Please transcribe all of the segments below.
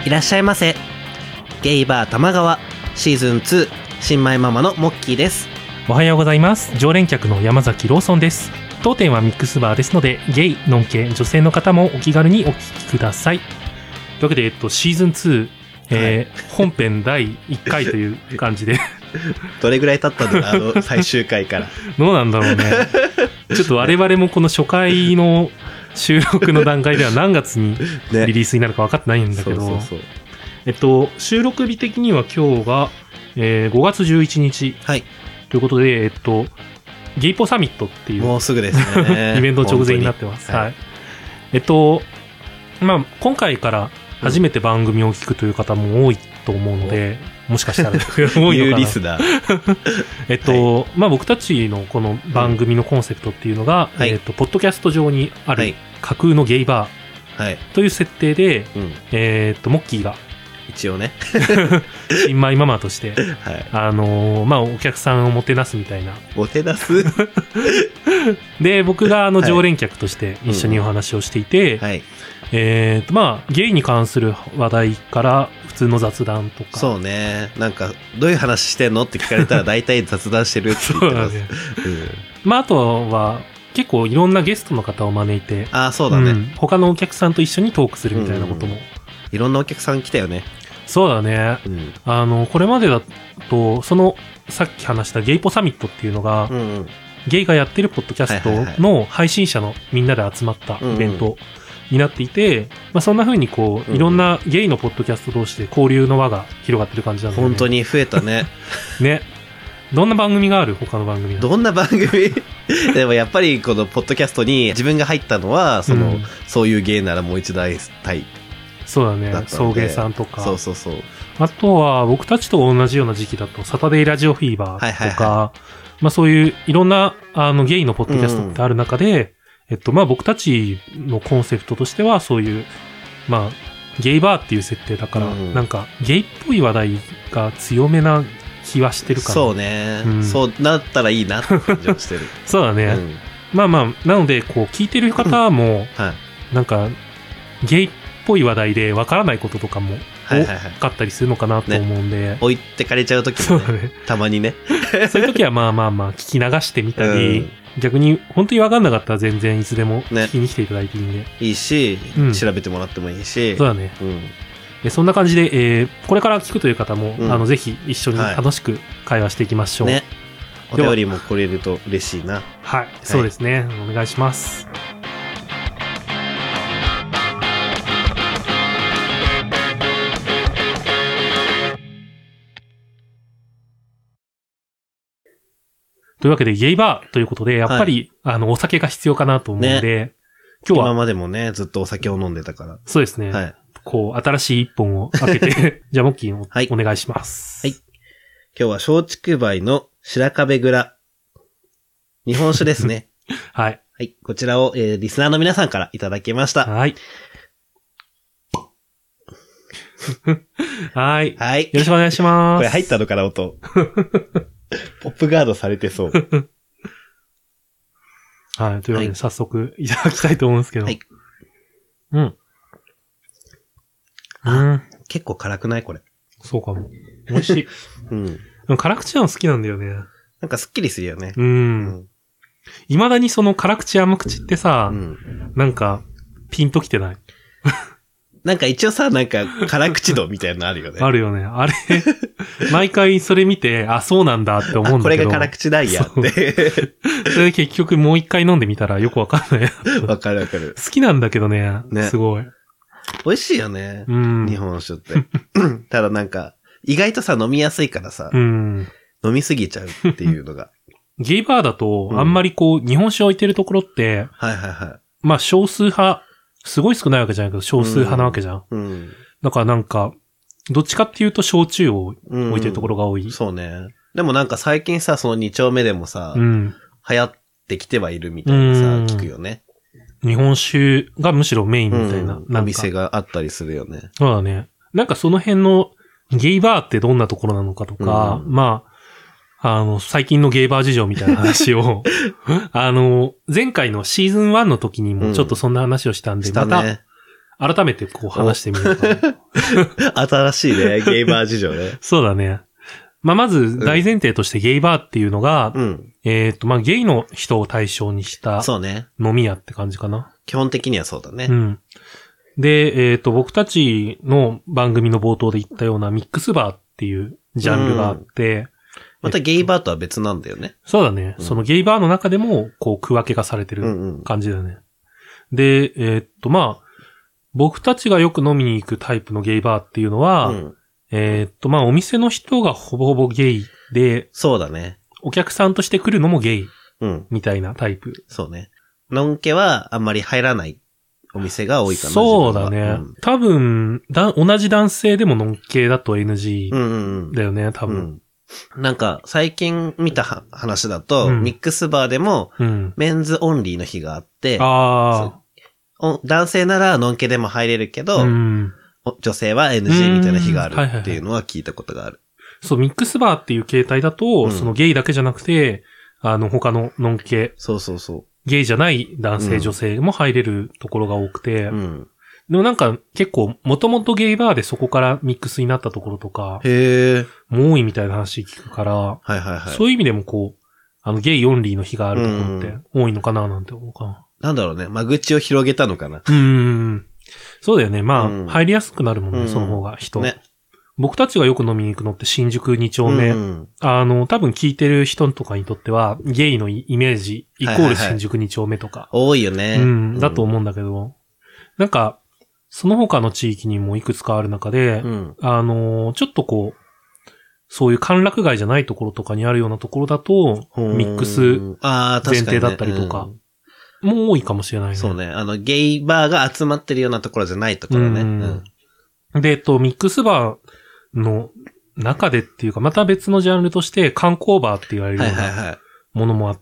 いらっしゃいませ。ゲイバー玉川シーズン2新米ママのモッキーです。 おはようございます。常連客の山崎ローソンです。当店はミックスバーですので、ゲイ、ノンケ、女性の方もお気軽にお聞きください。というわけで、シーズン2、本編第1回という感じでどれぐらい経ったんだろう、最終回からどうなんだろうね。ちょっと我々もこの初回の収録の段階では何月にリリースになるか分かってないんだけど、収録日的には今日が、5月11日、はい、ということで、ゲイポサミットっていうもうすぐですねイベント直前になってます。はい。まあ、今回から初めて番組を聞くという方も多いと思うので、もしかしたら多いのかな。 ニューリスナー。 まあ僕たちのこの番組のコンセプトっていうのが、ポッドキャスト上にある架空のゲイバーという設定で、モッキーが一応ね新米ママとして、まあお客さんをもてなすみたいな。 もてなすで、僕が常連客として一緒にお話をしていて、まあゲイに関する話題から普通の雑談とか。 そうね。なんかどういう話してんのって聞かれたら大体雑談してるって言ってます。 まああとは結構いろんなゲストの方を招いて、 そうだね、 他のお客さんと一緒にトークするみたいなことも。 いろんなお客さん来たよね。 そうだね。これまでだと、さっき話したゲイポサミットっていうのが、ゲイがやってるポッドキャストの配信者のみんなで集まったイベントになっていて、まあそんな風にこう、いろんなゲイのポッドキャスト同士で交流の輪が広がってる感じなんだよね。 本当に増えたね。 ね。どんな番組がある？他の番組。 どんな番組でもやっぱりこのポッドキャストに自分が入ったのは、そういうゲイならもう一度会いたい。 そうだね。送迎さんとか。 そうそうそう。 あとは、僕たちと同じような時期だと、サタデーラジオフィーバーとか、まあそういういろんな、ゲイのポッドキャストってある中で、まあ僕たちのコンセプトとしては、そういう、まあ、ゲイバーっていう設定だから、なんか、ゲイっぽい話題が強めな気はしてるから。 そうね。そうなったらいいなって感じはしてる。 そうだね。まあまあ、なので、こう、聞いてる方も、なんか、ゲイっぽい話題でわからないこととかも多かったりするのかなと思うんで、 置いてかれちゃう時もね、たまにねそういう時はまあまあまあ聞き流してみたり、逆に本当にわかんなかったら全然いつでも聞きに来ていただいていいんで、 いいし、調べてもらってもいいし、 そうだね、そんな感じで、これから聞くという方も、ぜひ一緒に楽しく会話していきましょう。 お便りも来れると嬉しいな。 はい、そうですね、お願いします。というわけで、ゲイバーということで、やっぱり、お酒が必要かなと思うので、今日は。 今までもね、ずっとお酒を飲んでたから。 そうですね。こう、新しい一本を開けて、じゃあ、モッキーお願いします。 はい。今日は、松竹梅の白壁蔵。日本酒ですね。 はい。 はい。こちらを、リスナーの皆さんからいただきました。 はい。はい。 はい。 よろしくお願いします。 これ入ったのかな、音。ポップガードされてそう。 はい。というわけで、早速いただきたいと思うんですけど。はい。 結構辛くないこれ。 そうかも。美味しい。辛口なの好きなんだよね。 なんかスッキリするよね。 未だにその辛口甘口ってさ、なんか、ピンときてない。 なんか一応さ、なんか辛口度みたいなのあるよね。 あるよね。あれ、毎回それ見て、あ、そうなんだって思うんだけど。 これが辛口なんやって。 それで結局もう一回飲んでみたらよくわかんない。 わかるわかる。 好きなんだけどね。すごい。 美味しいよね。日本酒って。ただなんか、意外とさ、飲みやすいからさ、飲みすぎちゃうっていうのが。 ゲイバーだと、あんまりこう、日本酒置いてるところって、まあ少数派、すごい少ないわけじゃないけど、少数派なわけじゃん。だからなんか、どっちかっていうと焼酎を置いてるところが多い。 そうね。でもなんか最近さ、その2丁目でもさ、流行ってきてはいるみたいなさ、聞くよね。 日本酒がむしろメインみたいな。 お店があったりするよね。 そうだね。なんかその辺のゲイバーってどんなところなのかとか、まあ、最近のゲイバー事情みたいな話を、前回のシーズン1の時にもちょっとそんな話をしたんで、また、 改めてこう話してみようかな。 新しいね、ゲイバー事情ね。 そうだね。まあ、まず大前提としてゲイバーっていうのが、まあ、ゲイの人を対象にしたそうね。 飲み屋って感じかな。 基本的にはそうだね。 で、僕たちの番組の冒頭で言ったようなミックスバーっていうジャンルがあって、 またゲイバーとは別なんだよね。 そうだね。そのゲイバーの中でも、こう、区分けがされてる感じだよね。で、まあ、僕たちがよく飲みに行くタイプのゲイバーっていうのは、まあ、お店の人がほぼほぼゲイで、 そうだね。 お客さんとして来るのもゲイ。みたいなタイプ。 そうね。ノンケはあんまり入らないお店が多いかな。 そうだね。多分、同じ男性でもノンケだと NG だよね、多分。 なんか、最近見た話だと、ミックスバーでも、メンズオンリーの日があって、男性ならノンケでも入れるけど、女性は NG みたいな日があるっていうのは聞いたことがある。 そう、ミックスバーっていう形態だと、そのゲイだけじゃなくて、他のノンケ。ゲイじゃない男性、女性も入れるところが多くて、でもなんか結構もともとゲイバーでそこからミックスになったところとか、もう多いみたいな話聞くから、そういう意味でもこう、ゲイオンリーの日があるところって多いのかななんて思うかな。 なんだろうね、間口を広げたのかな。 そうだよね。まあ、入りやすくなるもんね、その方が人。ね。僕たちがよく飲みに行くのって新宿2丁目。多分聞いてる人とかにとっては、ゲイのイメージ、イコール新宿2丁目とか。 多いよね。 だと思うんだけど、なんか、その他の地域にもいくつかある中で、ちょっとこう、そういう歓楽街じゃないところとかにあるようなところだと、ミックス前提だったりとか、もう多いかもしれないね。 そうね。ゲイバーが集まってるようなところじゃないところね。 で、ミックスバーの中でっていうか、また別のジャンルとして観光バーって言われるようなものもあって、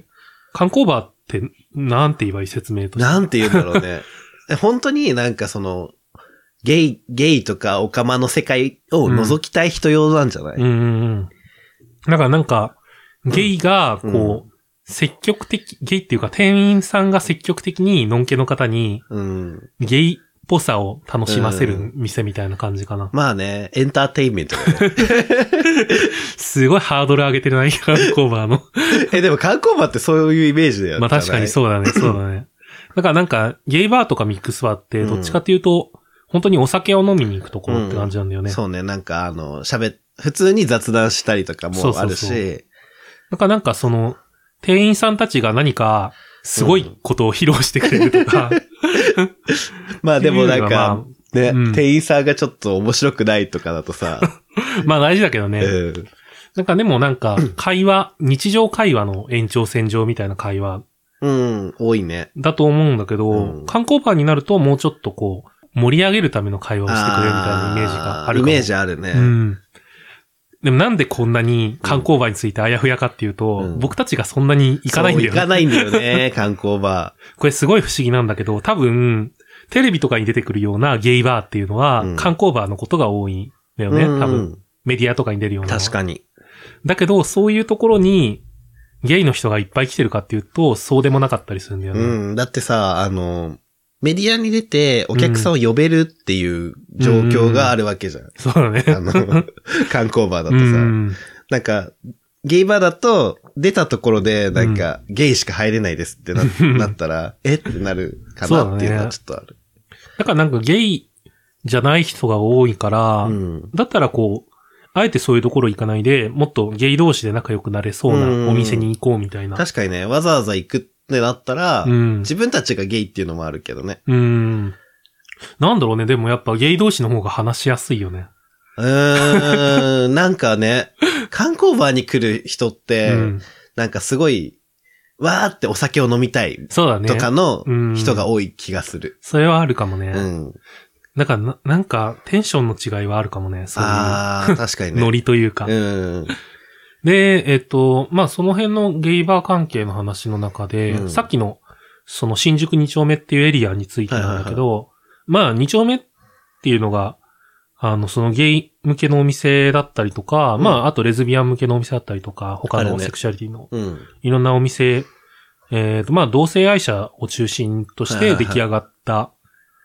観光バーってなんて言えばいい説明として。 なんて言うんだろうね。本当になんかゲイとかオカマの世界を覗きたい人用なんじゃない？ だからなんか、ゲイがこう、積極的、ゲイっていうか店員さんが積極的にノンケの方に、ゲイっぽさを楽しませる店みたいな感じかな。 まあね、エンターテインメントだね。 すごいハードル上げてるな、観光バーの。 でも観光バーってそういうイメージだよね。 まあ確かにそうだね、そうだね。だからなんか、ゲイバーとかミックスバーってどっちかっていうと、本当にお酒を飲みに行くところって感じなんだよね。 そうね、なんか普通に雑談したりとかもあるし。 なんか店員さんたちが何か、すごいことを披露してくれるとか。 まあでもなんか、ね、店員さんがちょっと面白くないとかだとさ。 まあ大事だけどね。なんかでもなんか、日常会話の延長線上みたいな会話。 多いね。 だと思うんだけど、観光バーになるともうちょっとこう、盛り上げるための会話をしてくれるみたいなイメージがあるかも。 イメージあるね。 でもなんでこんなに観光バーについてあやふやかっていうと、僕たちがそんなに行かないんだよね。 行かないんだよね、観光バー。これすごい不思議なんだけど、多分、テレビとかに出てくるようなゲイバーっていうのは、観光バーのことが多いんだよね、多分。メディアとかに出るような。 確かに。 だけど、そういうところに、ゲイの人がいっぱい来てるかっていうと、そうでもなかったりするんだよね。 だってさ、メディアに出てお客さんを呼べるっていう状況があるわけじゃん。 そうだね。 観光バーだとさ。なんか、ゲイバーだと、出たところで、なんか、ゲイしか入れないですってなったら、ってなるかなっていうのはちょっとある。 だからなんかゲイじゃない人が多いから、だったらこう、あえてそういうところ行かないで、もっとゲイ同士で仲良くなれそうなお店に行こうみたいな。 確かにね、わざわざ行くってなったら、自分たちがゲイっていうのもあるけどね。 なんだろうね、でもやっぱゲイ同士の方が話しやすいよね。 なんかね、観光バーに来る人って、なんかすごい、わーってお酒を飲みたい。 そうだね。 とかの人が多い気がする。 それはあるかもね。だからなんかテンションの違いはあるかもね。そういう確かにね。 ノリというか。で、まあその辺のゲイバー関係の話の中で、さっきのその新宿2丁目っていうエリアについてなんだけど、まあ2丁目っていうのが、そのゲイ向けのお店だったりとか、まああとレズビアン向けのお店だったりとか、他のセクシャリティのいろんなお店、まあ同性愛者を中心として出来上がった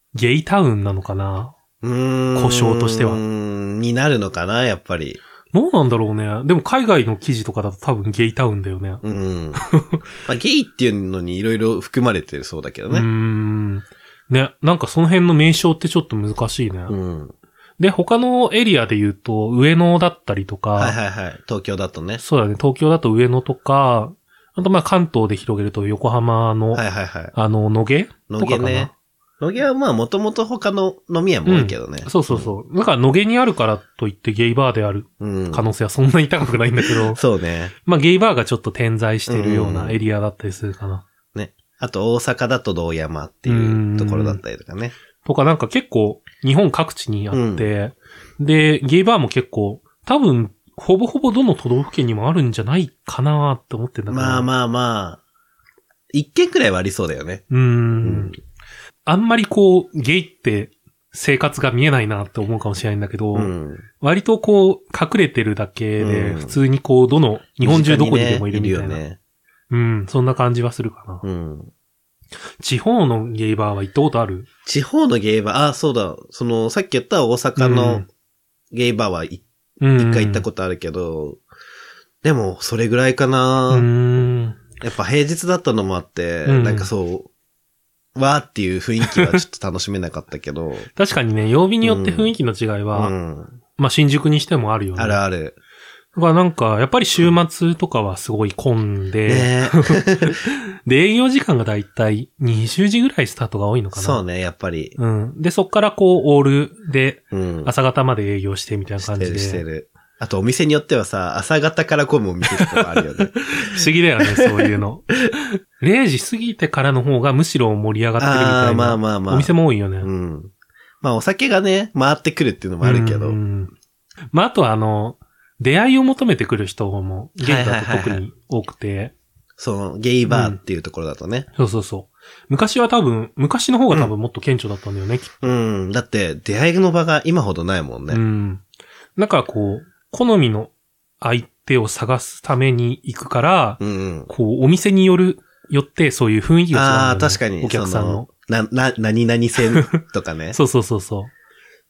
ゲイタウンなのかな？故障としては。 になるのかな、やっぱり。 どうなんだろうね。でも海外の記事とかだと多分ゲイタウンだよね。 まあ、ゲイっていうのにいろいろ含まれてるそうだけどね。 ね、なんかその辺の名称ってちょっと難しいね。で、他のエリアで言うと、上野だったりとか。 はいはいはい。東京だとね。 そうだね。東京だと上野とか、あとまあ関東で広げると横浜の、 はいはいはい。 野毛野毛ね。野毛はまあもともと他の飲み屋も多いけどね。 そうそうそう。だから野毛にあるからといってゲイバーである可能性はそんなに高くないんだけど。 そうね。 まあゲイバーがちょっと点在してるようなエリアだったりするかな。 ね。あと大阪だと堂山っていうところだったりとかね。 とかなんか結構日本各地にあって、で、ゲイバーも結構多分ほぼほぼどの都道府県にもあるんじゃないかなって思ってんだけど。 まあまあまあ。一軒くらいはありそうだよね。 あんまりこう、ゲイって生活が見えないなって思うかもしれないんだけど、割とこう、隠れてるだけで、普通にこう、日本中どこにでもいるみたいな。ね、そんな感じはするかな。地方のゲイバーは行ったことある？ 地方のゲイバー、そうだ、さっき言った大阪のゲイバーは一回行ったことあるけど、でも、それぐらいかな。やっぱ平日だったのもあって、なんかそう、わーっていう雰囲気はちょっと楽しめなかったけど。 確かにね、曜日によって雰囲気の違いは、まあ新宿にしてもあるよね。 あるある。 だからなんか、やっぱり週末とかはすごい混んで、で、営業時間がだいたい20時ぐらいスタートが多いのかな。 そうね、やっぱり。 で、そっからこう、オールで、朝方まで営業してみたいな感じで。 してる。あとお店によってはさ、朝方から混むお店とかもあるよね。 不思議だよね、そういうの。0時過ぎてからの方がむしろ盛り上がってるみたいな。お店も多いよね。 まあお酒がね、回ってくるっていうのもあるけど。 まああとは出会いを求めてくる人も、ゲイだと特に多くて。 ゲイバーっていうところだとね。 そうそうそう。昔の方が多分もっと顕著だったんだよね、きっと。 だって出会いの場が今ほどないもんね。 だからこう、好みの相手を探すために行くから、こう、お店によってそういう雰囲気が違うんだよね。 確かに。 お客さんの。 何々線とかね。 そうそうそうそう。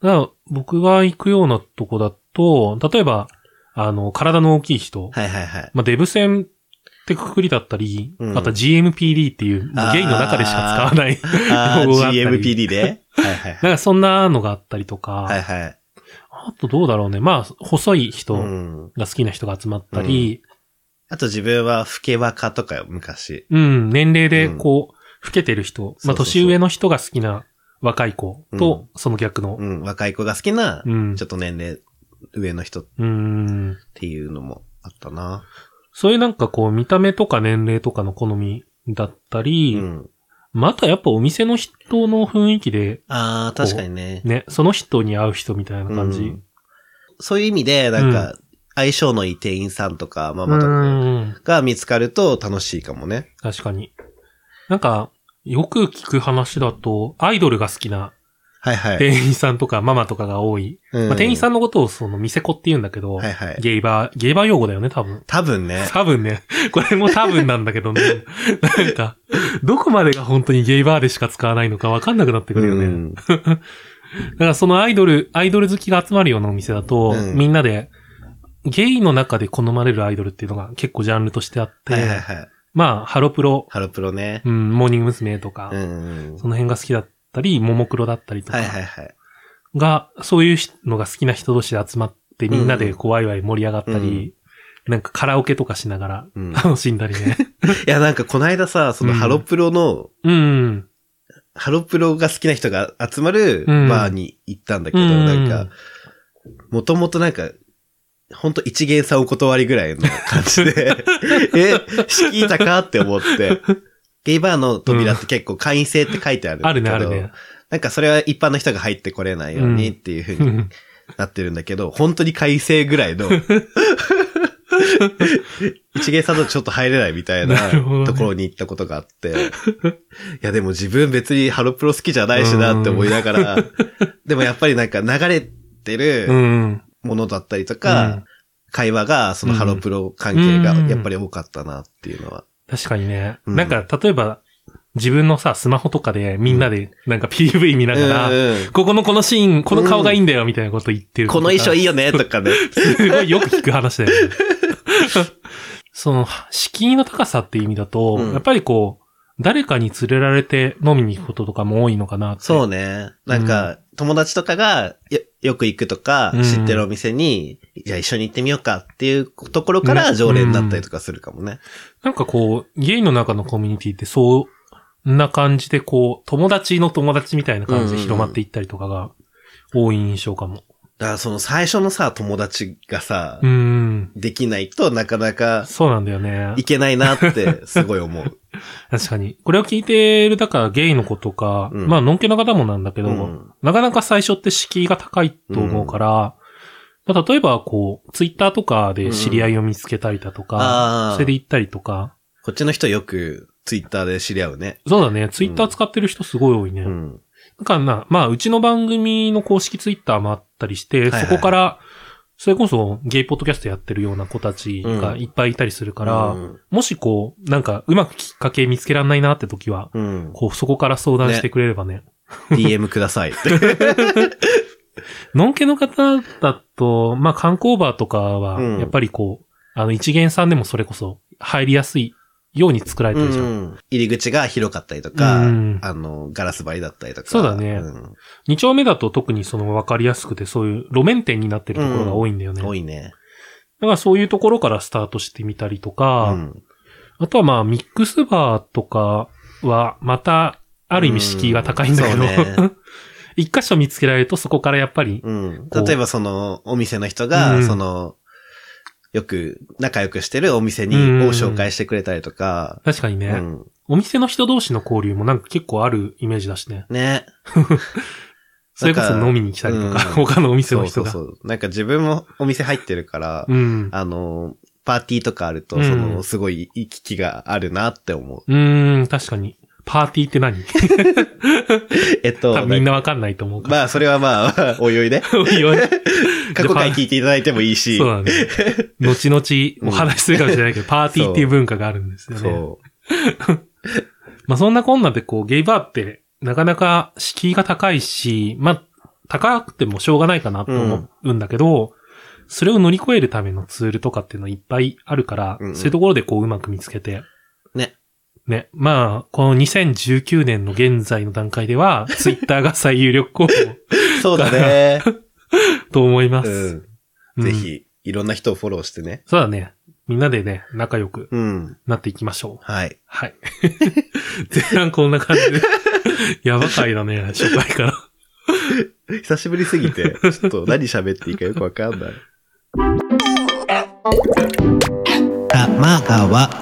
だから僕が行くようなとこだと、例えば、体の大きい人。まあ、デブ線ってくくりだったり、あとは GMPD っていう、ゲイの中でしか使わない用語があったり。 GMPD でなんかそんなのがあったりとか。あとどうだろうね。まあ、細い人が好きな人が集まったり。 あと自分は老け若とかよ、昔。 年齢でこう、老けてる人。まあ、年上の人が好きな若い子と、その逆の。 若い子が好きな、ちょっと年齢上の人っていうのもあったな。 そういうなんかこう、見た目とか年齢とかの好みだったり、まあ、あとはやっぱお店の人の雰囲気で。 確かにね。 ね、その人に会う人みたいな感じ。 そういう意味で、なんか、相性のいい店員さんとか、ママとかが見つかると楽しいかもね。 確かに。なんか、よく聞く話だと、アイドルが好きな店員さんとかママとかが多い。まあ、店員さんのことを店子って言うんだけど、ゲイバー用語だよね、多分。 多分ね。 これも多分なんだけどね。なんか、どこまでが本当にゲイバーでしか使わないのかわかんなくなってくるよね。だからそのアイドル好きが集まるようなお店だと、みんなで、ゲイの中で好まれるアイドルっていうのが結構ジャンルとしてあって、まあ、ハロプロね。 モーニング娘。とか、その辺が好きだったり、ももクロだったりとか、が、そういうのが好きな人同士で集まってみんなでこうワイワイ盛り上がったり、なんかカラオケとかしながら楽しんだりね。 いや、なんかこの間さ、そのハロプロの、ハロプロが好きな人が集まるバーに行ったんだけど、なんか、もともとなんか、ほんと一元さんお断りぐらいの感じで、敷居高って思って、ゲイバーの扉って結構会員制って書いてあるんだけど、 あるね。 なんかそれは一般の人が入ってこれないようにっていう風になってるんだけど、本当に会員制ぐらいの、一元さんとちょっと入れないみたいなところに行ったことがあって、いやでも自分別にハロプロ好きじゃないしなって思いながら、でもやっぱりなんか流れてるものだったりとか、会話がそのハロプロ関係がやっぱり多かったなっていうのは。 確かにね。なんか例えば、 自分のさ、スマホとかでみんなでなんか PV 見ながら、ここのこのシーン、この顔がいいんだよみたいなこと言ってる、 この衣装いいよねとかね。 すごいよく聞く話だよね。その、敷居の高さっていう意味だと、やっぱりこう、誰かに連れられて飲みに行くこととかも多いのかなって。 そうね。なんか、友達とかがよく行くとか、知ってるお店に、じゃあ一緒に行ってみようかっていうところから常連になったりとかするかもね。 なんかこう、ゲイの中のコミュニティってそんな感じでこう、友達の友達みたいな感じで広まっていったりとかが多い印象かも。 だからその最初のさ、友達がさ、できないとなかなか、 そうなんだよね。 いけないなってすごい思う。 確かに。これを聞いてる、だからゲイの子とか、まあ、のんけの方もなんだけど、なかなか最初って敷居が高いと思うから、まあ、例えばこう、ツイッターとかで知り合いを見つけたりだとか、それで行ったりとか。 こっちの人よくツイッターで知り合うね。 そうだね。ツイッター使ってる人すごい多いね。だからな、まあ、うちの番組の公式ツイッターもあったりして、そこから、それこそゲイポッドキャストやってるような子たちがいっぱいいたりするから、もしこう、なんかうまくきっかけ見つけらんないなって時は、こう、そこから相談してくれればね。 DM ください。 のんけの方だと、まあ、観光バーとかは、やっぱりこう、一元さんでもそれこそ入りやすいように作られてるじゃん。 入り口が広かったりとか、ガラス張りだったりとか。 そうだね。2丁目だと特にその分かりやすくて、そういう路面店になってるところが多いんだよね。 多いね。 だからそういうところからスタートしてみたりとか、あとはまあミックスバーとかはまたある意味敷居が高いんだけど、一箇所見つけられるとそこからやっぱり、 例えばそのお店の人が、その、よく仲良くしてるお店を紹介してくれたりとか。 確かにね。お店の人同士の交流もなんか結構あるイメージだしね。 ね。 それこそ飲みに来たりとか、他のお店の人が。 そう。なんか自分もお店入ってるから、パーティーとかあると、すごい行き来があるなって思う。確かに。パーティーって何多分みんなわかんないと思うから。 まあ、それはまあ、おいおいね。 おいおい。 過去回聞いていただいてもいいし。 そうだね。後々お話しするかもしれないけど、パーティーっていう文化があるんですよね。そう。まあ、そんなこんなでこう、ゲイバーってなかなか敷居が高いし、まあ、高くてもしょうがないかなと思うんだけど、それを乗り越えるためのツールとかっていうのいっぱいあるから、そういうところでこう、うまく見つけて。ね。まあ、この2019年の現在の段階では、ツイッターが最有力候補。 そうだね。 と思います。 ぜひ、いろんな人をフォローしてね。 そうだね。みんなでね、仲良くなっていきましょう。 はい。 はい。前半こんな感じで。やば回だね、初回から。 久しぶりすぎて、ちょっと何喋っていいかよくわかんない。玉川。